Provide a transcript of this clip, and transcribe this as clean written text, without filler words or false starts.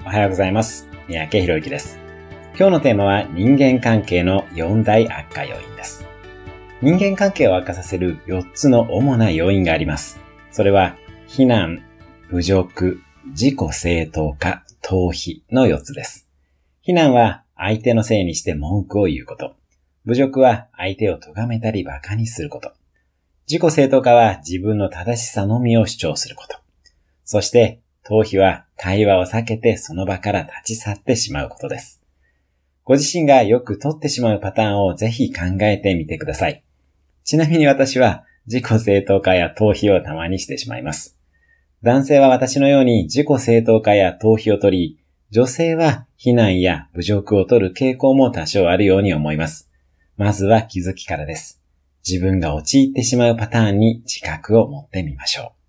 おはようございます。三宅宏之です。今日のテーマは人間関係の4大悪化要因です。人間関係を悪化させる4つの主な要因があります。それは、非難、侮辱、自己正当化、逃避の4つです。非難は相手のせいにして文句を言うこと。侮辱は相手を咎めたり馬鹿にすること。自己正当化は自分の正しさのみを主張すること。そして、逃避は会話を避けてその場から立ち去ってしまうことです。ご自身がよく取ってしまうパターンをぜひ考えてみてください。ちなみに私は自己正当化や逃避をたまにしてしまいます。男性は私のように自己正当化や逃避を取り、女性は非難や侮辱を取る傾向も多少あるように思います。まずは気づきからです。自分が陥ってしまうパターンに自覚を持ってみましょう。